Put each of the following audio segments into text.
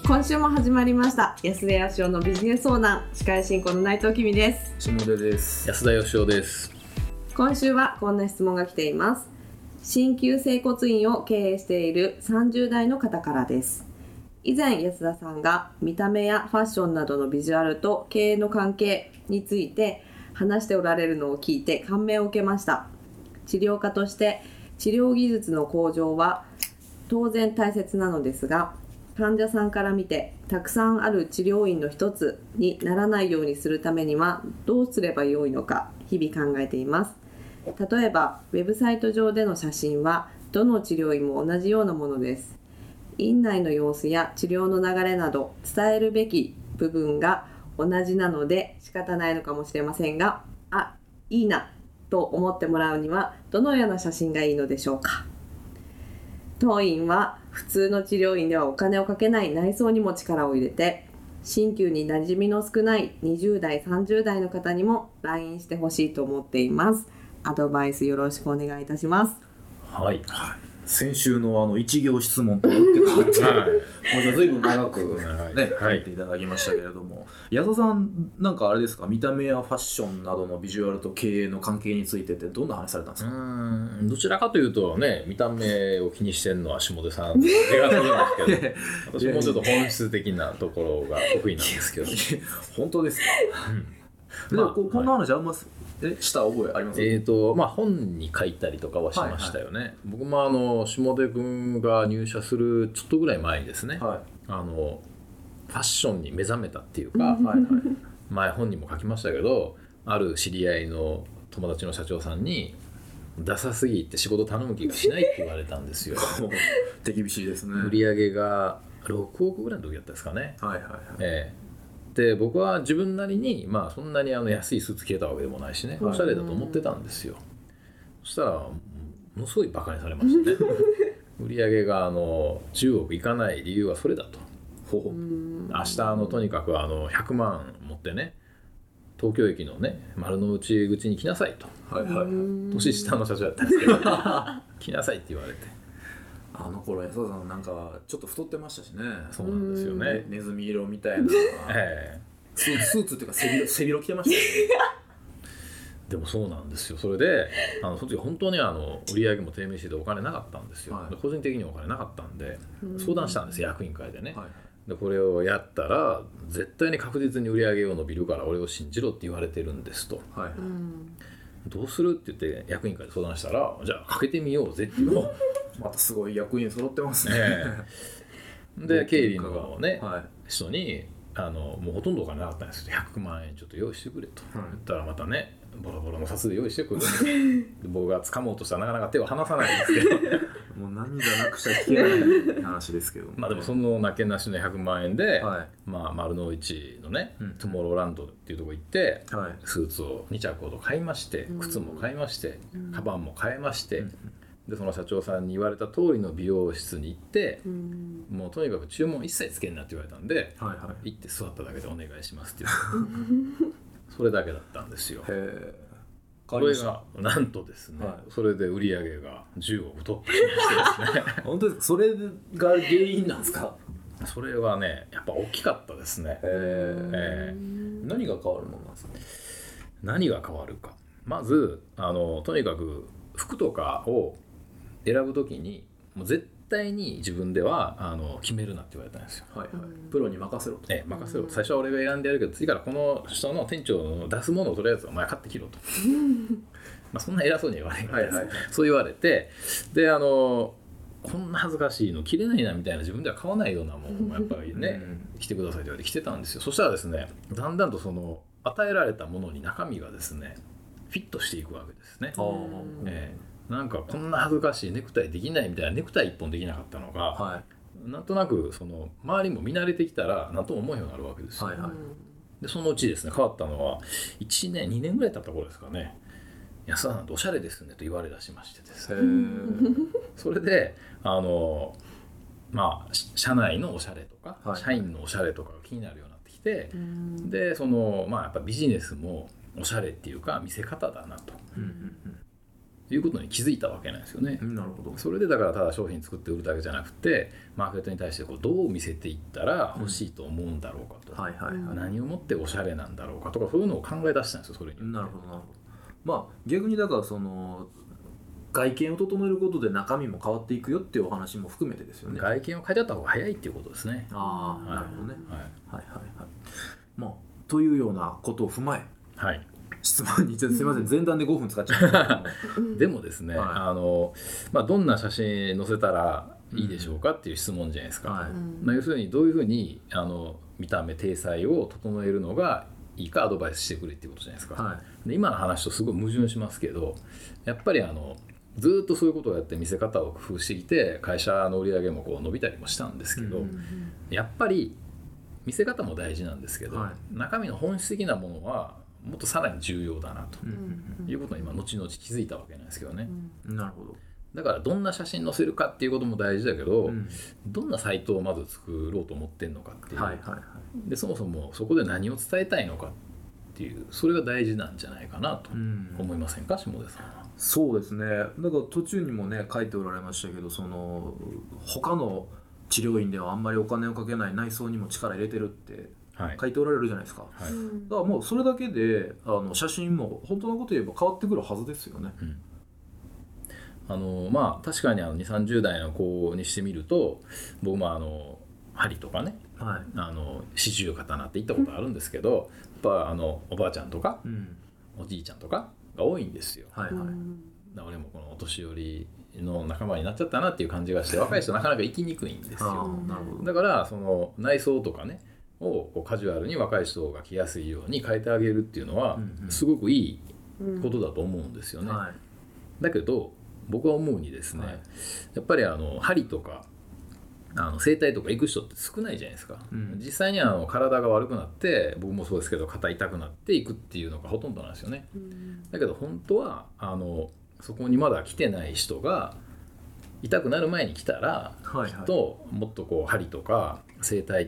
今週も始まりました安田義雄のビジネス相談、司会進行の内藤君です。 下出です。 安田義雄です。 今週はこんな質問が来ています。鍼灸整骨院を経営している30代の方からです。以前安田さんが見た目やファッションなどのビジュアルと経営の関係について話しておられるのを聞いて感銘を受けました。治療家として治療技術の向上は当然大切なのですが、患者さんから見てたくさんある治療院の一つにならないようにするためにはどうすればよいのか日々考えています。例えばウェブサイト上での写真はどの治療院も同じようなものです。院内の様子や治療の流れなど伝えるべき部分が同じなので仕方ないのかもしれませんが、いいなと思ってもらうにはどのような写真がいいのでしょうか。当院は普通の治療院ではお金をかけない内装にも力を入れて、鍼灸に馴染みの少ない20代30代の方にも来院してほしいと思っています。アドバイスよろしくお願いいたします。 はい、先週の一行質問と打って変わってもう随分長くね書いていただきましたけれども、安田さんなんかあれですか、見た目やファッションなどのビジュアルと経営の関係についてってどんな話されたんですか？ どちらかというとね、見た目を気にしてるのは下出さん手がするんですけど私もうちょっと本質的なところが得意なんですけど本当ですか？でもこんな話あんました覚えあります？ 本に書いたりとかはしましたよね。僕も下出君が入社するちょっとぐらい前にですね、ファッションに目覚めたっていうか、前本にも書きましたけど、ある知り合いの友達の社長さんにダサすぎて仕事頼む気がしないって言われたんですよ手厳しいですね。 売り上げが6億ぐらいの時だったですかね。で僕は自分なりに、そんなに安いスーツ着れたわけでもないしね、おしゃれだと思ってたんですよ。そしたらものすごいバカにされましたね売り上げが10億いかない理由はそれだと。明日とにかく100万持ってね、東京駅のね丸の内口に来なさいと、年下の社長だったんですけど来なさいって言われて、 あの頃安田さんなんかちょっと太ってましたしね。 そうなんですよね。 ネズミ色みたいなスーツっていうか背広着てましたよねでもそうなんですよ。それでその時本当に売り上げも低迷しててお金なかったんですよ、個人的にお金なかったんで相談したんですよ、役員会でね、でこれをやったら絶対に確実に売り上げが伸びるから俺を信じろって言われてるんですと、どうするって言って役員会で相談したら、じゃあかけてみようぜっていうのをまたすごい役員揃ってますね、 で経理のね、人にもうほとんどお金なかったんですけど100万円ちょっと用意してくれと言ったら、またねボロボロの札で用意してくるで僕が掴もうとしたらなかなか手を離さないんですけどもう涙なくちゃ聞けない話ですけど、 でもそのなけなしの100万円で、丸の内のね、トゥモローランドっていうとこ行って、スーツを2着ほど買いまして、靴も買いまして、カバンも買いまして、でその社長さんに言われた通りの美容室に行って、もうとにかく注文一切つけんなって言われたんで、行って座っただけでお願いしますっていうそれだけだったんですよ。これがなんとですね、それで売り上げが10億突破しましてですね本当ですか？それが原因なんですか？ それはねやっぱ大きかったですね。 何が変わるものなんですか？ 何が変わるか、まずとにかく服とかを選ぶときにもう絶対に自分では決めるなって言われたんですよ。 プロに任せろと。 任せろ。最初は俺が選んでやるけど次からこの人の店長の出すものをとりあえずお前買ってきろとそんな偉そうに言われないです、そう言われて、でこんな恥ずかしいの着れないなみたいな、自分では買わないようなものをやっぱりね着てくださいって言われて着てたんですよ。そしたらですね、だんだんとその与えられたものに中身がですねフィットしていくわけですね。なんかこんな恥ずかしいネクタイできないみたいな、ネクタイ一本できなかったのが、なんとなくその周りも見慣れてきたら何とも思うようになるわけですよ。でそのうちですね変わったのは1年2年ぐらい経った頃ですかね、安田さんっておしゃれですねと言われだしましてですねそれで社内のおしゃれとか、社員のおしゃれとかが気になるようになってきて、でやっぱビジネスもおしゃれっていうか見せ方だなと、 いうことに気づいたわけなんですよね。 なるほど。 それでだからただ商品作って売るだけじゃなくてマーケットに対してこうどう見せていったら欲しいと思うんだろうかと、 はいはいはい。 何をもっておしゃれなんだろうかとかそういうのを考え出したんですよそれに。 なるほどなるほど。まあ逆にだからその外見を整えることで中身も変わっていくよっていうお話も含めてですよね。 外見を変えちゃった方が早いっていうことですね。 ああ、 はいなるほどね。 はいはいはいはい。まあというようなことを踏まえはい質問にちょっとすみません前段で5分使っちゃいましたけどもでもですね、どんな写真載せたらいいでしょうかっていう質問じゃないですか、 はい要するにどういうふうに見た目体裁を整えるのがいいかアドバイスしてくれっていうことじゃないですか、 はで今の話とすごい矛盾しますけどやっぱりずっとそういうことをやって見せ方を工夫してきて会社の売り上げもこう伸びたりもしたんですけど、やっぱり見せ方も大事なんですけど、中身の本質的なものはもっとさらに重要だなということに今後々気づいたわけなんですけどね、 なるほど。 だからどんな写真載せるかっていうことも大事だけど、どんなサイトをまず作ろうと思ってんのかっていう、 はいはいはい。 でそもそもそこで何を伝えたいのかっていうそれが大事なんじゃないかなと思いませんか、下出さんは。 そうですね。だから途中にもね書いておられましたけどその他の治療院ではあんまりお金をかけない内装にも力入れてるって書いておられるじゃないですか、 はい、 だからもうそれだけで写真も本当のこと言えば変わってくるはずですよね、 まあ確かに2、30代の子にしてみると僕も針とかね、 はい、 四十刀って行ったことあるんですけどやっぱおばあちゃんとか、おじいちゃんとかが多いんですよ、 はいはい、 俺もこのお年寄りの仲間になっちゃったなっていう感じがして若い人なかなか生きにくいんですよなるほど。 だからその内装とかねをこうカジュアルに若い人が着やすいように変えてあげるっていうのはすごくいいことだと思うんですよね、だけど僕は思うにですね、やっぱり針とか整体とか行く人って少ないじゃないですか、実際に体が悪くなって僕もそうですけど肩痛くなっていくっていうのがほとんどなんですよね、だけど本当はそこにまだ来てない人が痛くなる前に来たら、きっともっとこう針とか整体って、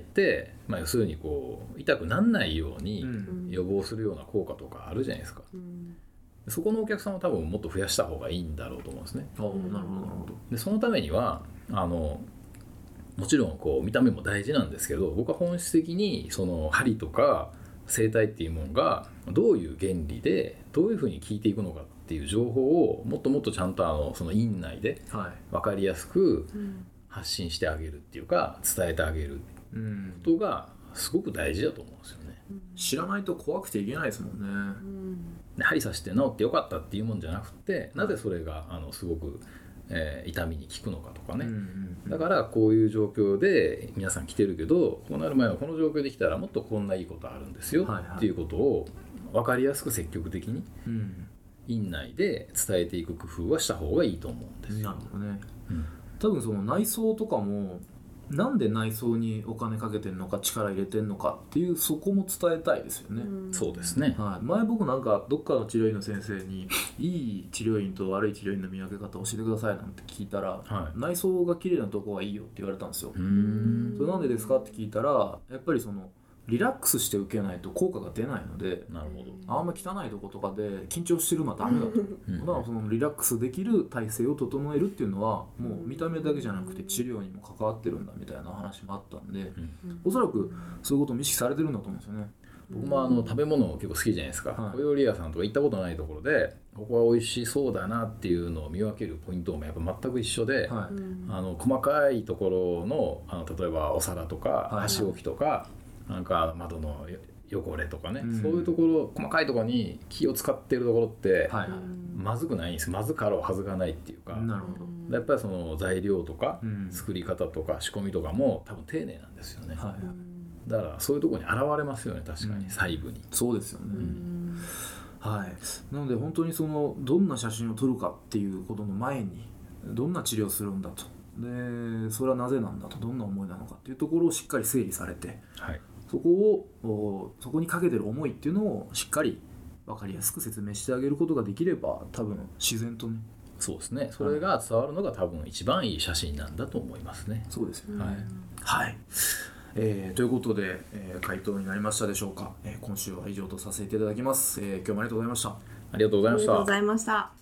要するにこう痛くならないように予防するような効果とかあるじゃないですか、そこのお客さんは多分もっと増やした方がいいんだろうと思うんですね。 なるほどなるほど。 でそのためにはもちろんこう見た目も大事なんですけど僕は本質的にその針とか整体っていうものがどういう原理でどういうふうに効いていくのかっていう情報をもっともっとちゃんとその院内で分かりやすく発信してあげるっていうか伝えてあげることがすごく大事だと思うんですよね。 知らないと怖くていけないですもんね。 針刺して治ってよかったっていうもんじゃなくてなぜそれがすごく痛みに効くのかとかね、だからこういう状況で皆さん来てるけどこうなる前はこの状況で来たらもっとこんないいことあるんですよっていうことを分かりやすく積極的に院内で伝えていく工夫はした方がいいと思うんですよ。 なるほどね、多分その内装とかもなんで内装にお金かけてんのか力入れてんのかっていうそこも伝えたいですよね。 そうですね、 前僕なんかどっかの治療院の先生にいい治療院と悪い治療院の見分け方教えてくださいなんて聞いたら、内装が綺麗なとこはいいよって言われたんですよ。それなんでですかって聞いたらやっぱりそのリラックスして受けないと効果が出ないので、 なるほど、 あんま汚いとことかで緊張してるのはダメだと、だからそのリラックスできる体勢を整えるっていうのはもう見た目だけじゃなくて治療にも関わってるんだみたいな話もあったんで、おそらくそういうことも意識されてるんだと思うんですよね。 僕も食べ物結構好きじゃないですか、小料理屋さんとか行ったことないところでここは美味しそうだなっていうのを見分けるポイントもやっぱ全く一緒で、細かいところの例えばお皿とか箸置きとか、なんか窓の汚れとかね、そういうところ細かいところに気を使ってるところって、まずくないんです。まずかろうはずがないっていうか、 なるほど、 やっぱりその材料とか、作り方とか仕込みとかも多分丁寧なんですよね、だからそういうところに現れますよね、確かに細部に。 そうですよね、なので本当にそのどんな写真を撮るかっていうことの前にどんな治療をするんだと、でそれはなぜなんだと、どんな思いなのかっていうところをしっかり整理されて、そこにかけてる思いっていうのをしっかり分かりやすく説明してあげることができれば多分自然とね。 そうですね、それが伝わるのが多分一番いい写真なんだと思いますね。 そうですよね、ということで、回答になりましたでしょうか。今週は以上とさせていただきます。今日もありがとうございました。 ありがとうございました。 ありがとうございました。